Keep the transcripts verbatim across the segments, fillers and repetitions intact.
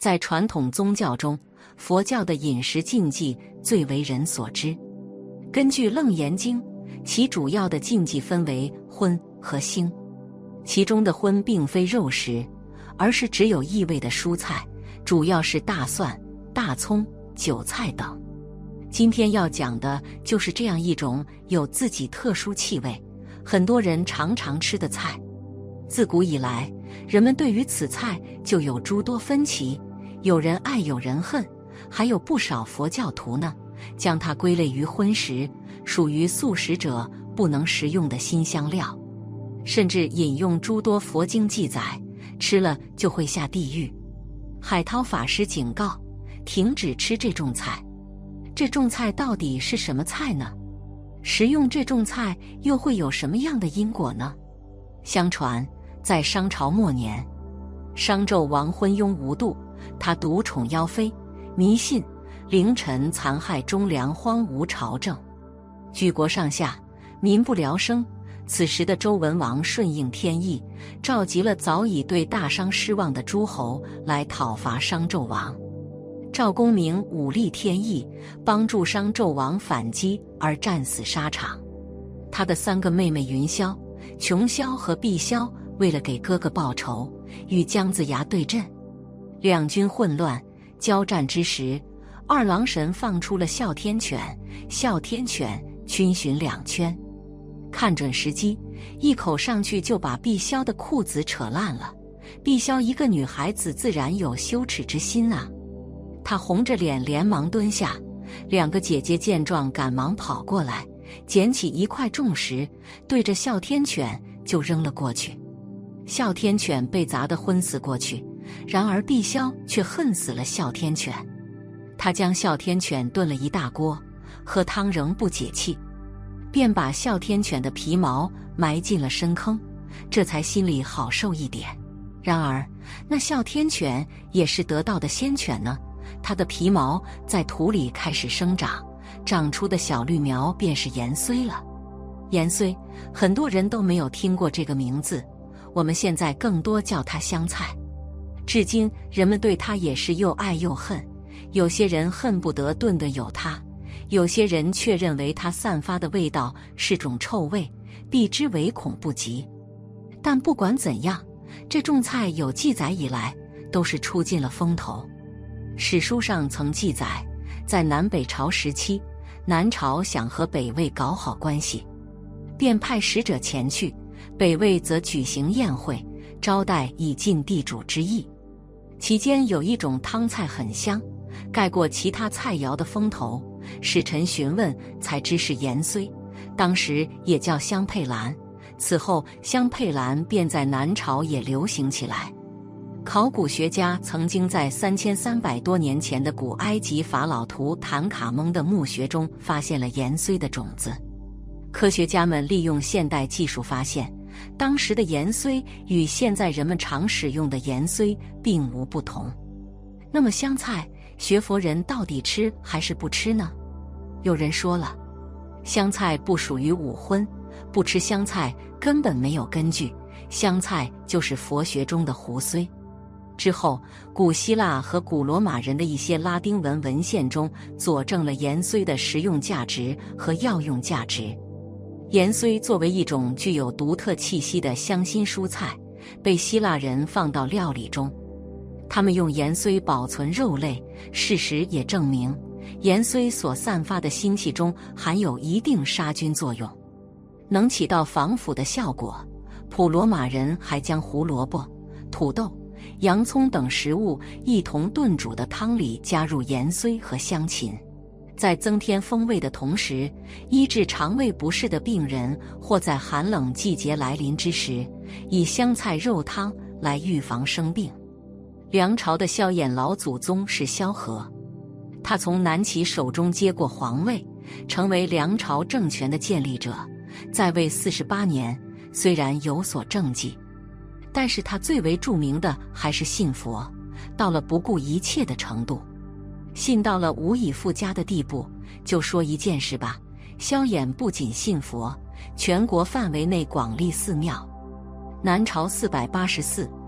在传统宗教中，佛教的饮食禁忌最为人所知。根据《楞严经》，其主要的禁忌分为荤和腥。其中的荤并非肉食，而是只有异味的蔬菜，主要是大蒜、大葱、韭菜等。今天要讲的就是这样一种有自己特殊气味，很多人常常吃的菜。自古以来，人们对于此菜就有诸多分歧，有人爱有人恨，还有不少佛教徒呢，将它归类于荤食，属于素食者不能食用的辛香料，甚至引用诸多佛经记载，吃了就会下地狱。海涛法师警告，停止吃这种菜。这种菜到底是什么菜呢？食用这种菜又会有什么样的因果呢？相传，在商朝末年，商纣王昏庸无度，他独宠妖妃，迷信，凌晨残害忠良，荒芜朝政，举国上下民不聊生。此时的周文王顺应天意，召集了早已对大商失望的诸侯来讨伐商纣王。赵公明武力天意，帮助商纣王反击而战死沙场。他的三个妹妹云霄、琼霄和碧霄为了给哥哥报仇，与姜子牙对阵。两军混乱交战之时，二郎神放出了哮天犬，哮天犬逡巡两圈，看准时机，一口上去就把碧霄的裤子扯烂了。碧霄一个女孩子自然有羞耻之心啊，她红着脸连忙蹲下。两个姐姐见状赶忙跑过来，捡起一块重石，对着哮天犬就扔了过去。哮天犬被砸得昏死过去，然而碧霄却恨死了哮天犬。他将哮天犬炖了一大锅，喝汤仍不解气，便把哮天犬的皮毛埋进了深坑，这才心里好受一点。然而那哮天犬也是得道的仙犬呢，它的皮毛在土里开始生长，长出的小绿苗便是盐荽了。盐荽很多人都没有听过这个名字，我们现在更多叫它香菜。至今人们对它也是又爱又恨，有些人恨不得炖的有它，有些人却认为它散发的味道是种臭味，避之唯恐不及。但不管怎样，这种菜有记载以来都是出尽了风头。史书上曾记载，在南北朝时期，南朝想和北魏搞好关系，便派使者前去，北魏则举行宴会，招待以尽地主之谊。其间有一种汤菜很香，盖过其他菜肴的风头，使臣询问才知是盐荽，当时也叫香佩兰，此后香佩兰便在南朝也流行起来。考古学家曾经在三千三百多年前的古埃及法老图坦卡蒙的墓穴中发现了盐荽的种子。科学家们利用现代技术发现，当时的盐荽与现在人们常使用的盐荽并无不同。那么香菜，学佛人到底吃还是不吃呢？有人说了，香菜不属于五荤，不吃香菜根本没有根据，香菜就是佛学中的胡荽。之后，古希腊和古罗马人的一些拉丁文文献中佐证了盐荽的食用价值和药用价值。盐荽作为一种具有独特气息的香辛蔬菜，被希腊人放到料理中。他们用盐荽保存肉类，事实也证明，盐荽所散发的腥气中含有一定杀菌作用，能起到防腐的效果。普罗马人还将胡萝卜、土豆、洋葱等食物一同炖煮的汤里加入盐荽和香芹，在增添风味的同时，医治肠胃不适的病人，或在寒冷季节来临之时，以香菜肉汤来预防生病。梁朝的萧衍老祖宗是萧何，他从南齐手中接过皇位，成为梁朝政权的建立者，在位四十八年，虽然有所政绩，但是他最为著名的还是信佛，到了不顾一切的程度，信到了无以复加的地步。就说一件事吧，萧衍不仅信佛，全国范围内广立寺庙。南朝四百八十寺，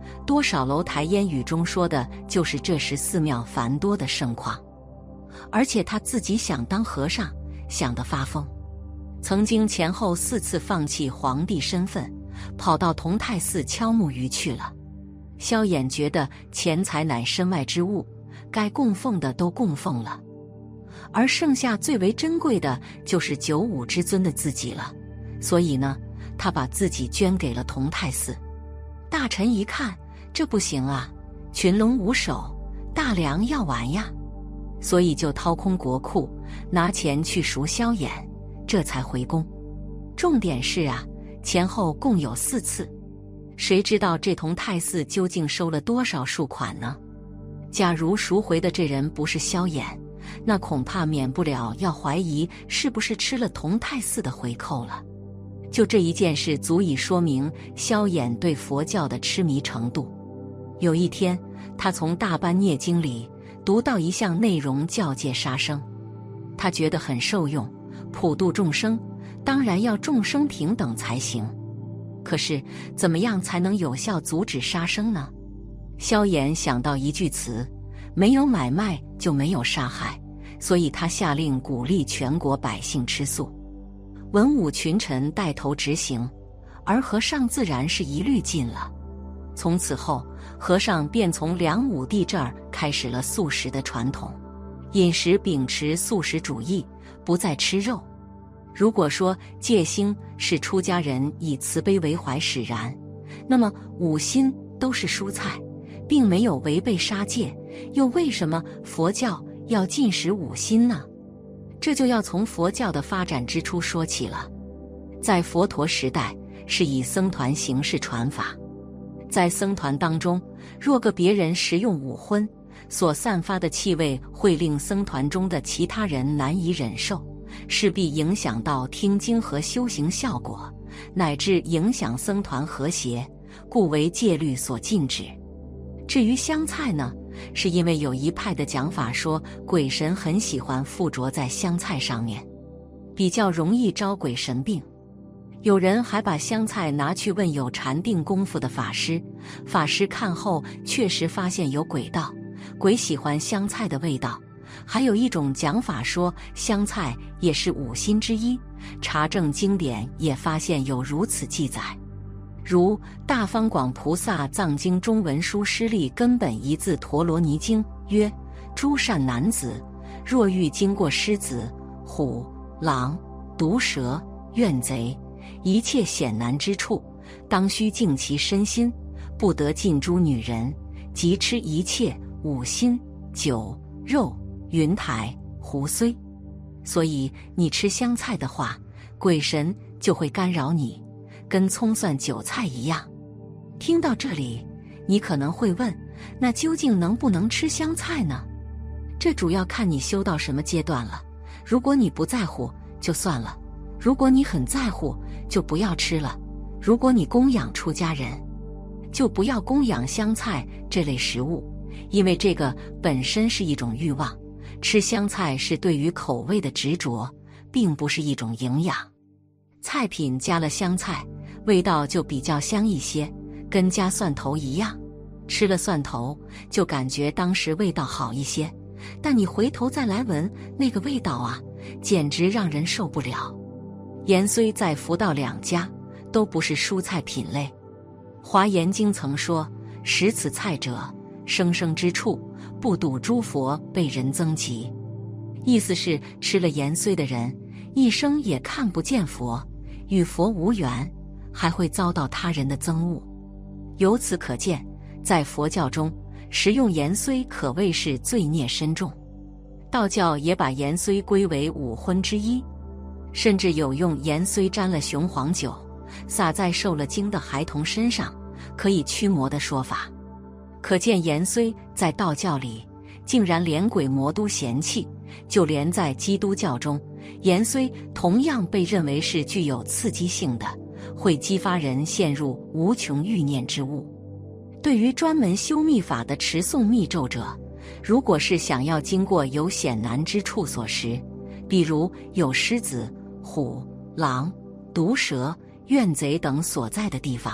多少楼台烟雨中说的就是这时寺庙繁多的盛况。而且他自己想当和尚，想得发疯，曾经前后四次放弃皇帝身份，跑到同泰寺敲木鱼去了。萧衍觉得钱财乃身外之物，该供奉的都供奉了，而剩下最为珍贵的就是九五之尊的自己了。所以呢，他把自己捐给了同泰寺。大臣一看，这不行啊，群龙无首，大梁要完呀，所以就掏空国库，拿钱去赎萧衍，这才回宫。重点是啊，前后共有四次，谁知道这同泰寺究竟收了多少数款呢？假如赎回的这人不是萧衍，那恐怕免不了要怀疑是不是吃了同泰寺的回扣了。就这一件事足以说明萧衍对佛教的痴迷程度。有一天，他从《大般涅经》里读到一项内容，教戒杀生，他觉得很受用，普度众生，当然要众生平等才行。可是，怎么样才能有效阻止杀生呢？萧衍想到一句词：没有买卖就没有杀害，所以他下令鼓励全国百姓吃素。文武群臣带头执行，而和尚自然是一律禁了。从此后，和尚便从梁武帝这儿开始了素食的传统，饮食秉持素食主义，不再吃肉。如果说戒心是出家人以慈悲为怀使然，那么五辛都是蔬菜，并没有违背杀戒，又为什么佛教要禁食五辛呢？这就要从佛教的发展之初说起了。在佛陀时代，是以僧团形式传法。在僧团当中，若个别人食用五荤，所散发的气味会令僧团中的其他人难以忍受，势必影响到听经和修行效果，乃至影响僧团和谐，故为戒律所禁止。至于香菜呢，是因为有一派的讲法说鬼神很喜欢附着在香菜上面，比较容易招鬼神病。有人还把香菜拿去问有禅定功夫的法师，法师看后确实发现有鬼道，鬼喜欢香菜的味道。还有一种讲法说香菜也是五辛之一，查证经典也发现有如此记载。如《大方广菩萨藏经》中文书师利根本一字陀罗尼经曰：诸善男子，若欲经过狮子、虎、狼、毒蛇、怨贼一切险难之处，当须净其身心，不得近诸女人，即吃一切五辛、酒、肉、云台、胡荽。所以你吃香菜的话，鬼神就会干扰你，跟葱蒜韭菜一样。听到这里，你可能会问，那究竟能不能吃香菜呢？这主要看你修到什么阶段了。如果你不在乎，就算了；如果你很在乎，就不要吃了。如果你供养出家人，就不要供养香菜这类食物，因为这个本身是一种欲望。吃香菜是对于口味的执着，并不是一种营养。菜品加了香菜，味道就比较香一些，跟加蒜头一样。吃了蒜头，就感觉当时味道好一些，但你回头再来闻那个味道啊，简直让人受不了。盐虽在佛道两家，都不是蔬菜品类。华严经曾说：食此菜者，生生之处，不睹诸佛被人增及。意思是吃了盐虽的人，一生也看不见佛，与佛无缘，还会遭到他人的憎恶。由此可见，在佛教中，食用盐虽可谓是罪孽深重。道教也把盐虽归为五荤之一，甚至有用盐虽沾了雄黄酒，撒在受了惊的孩童身上，可以驱魔的说法。可见盐虽在道教里，竟然连鬼魔都嫌弃。就连在基督教中，盐虽同样被认为是具有刺激性的，会激发人陷入无穷欲念之物。对于专门修密法的持诵密咒者，如果是想要经过有险难之处所食，比如有狮子、虎、狼、毒蛇、怨贼等所在的地方，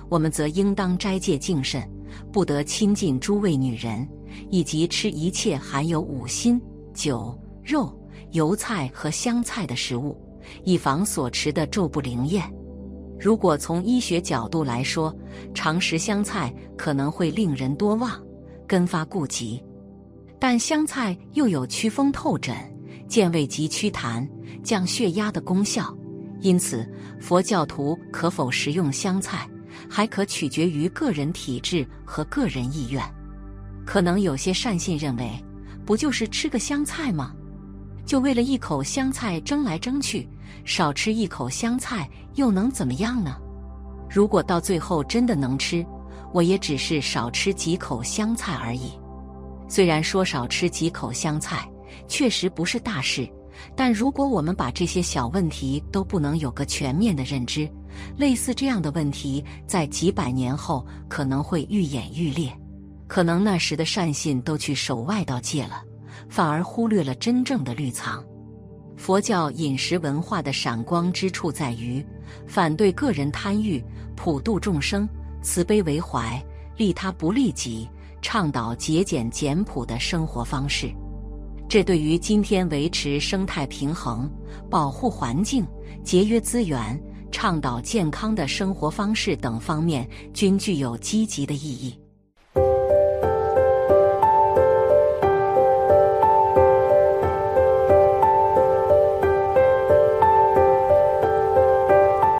我们则应当斋戒敬慎，不得亲近诸位女人，以及吃一切含有五辛、酒、肉、油菜和香菜的食物，以防所持的纣不灵验。如果从医学角度来说，常食香菜可能会令人多忘，根发痼疾，但香菜又有祛风透疹、健胃及祛痰、降血压的功效，因此佛教徒可否食用香菜，还可取决于个人体质和个人意愿。可能有些善信认为，不就是吃个香菜吗？就为了一口香菜争来争去，少吃一口香菜又能怎么样呢？如果到最后真的能吃，我也只是少吃几口香菜而已。虽然说少吃几口香菜确实不是大事，但如果我们把这些小问题都不能有个全面的认知，类似这样的问题在几百年后可能会愈演愈烈。可能那时的善信都去守外道戒了，反而忽略了真正的律藏。佛教饮食文化的闪光之处在于反对个人贪欲，普度众生，慈悲为怀，利他不利己，倡导节俭简朴的生活方式。这对于今天维持生态平衡、保护环境、节约资源、倡导健康的生活方式等方面均具有积极的意义。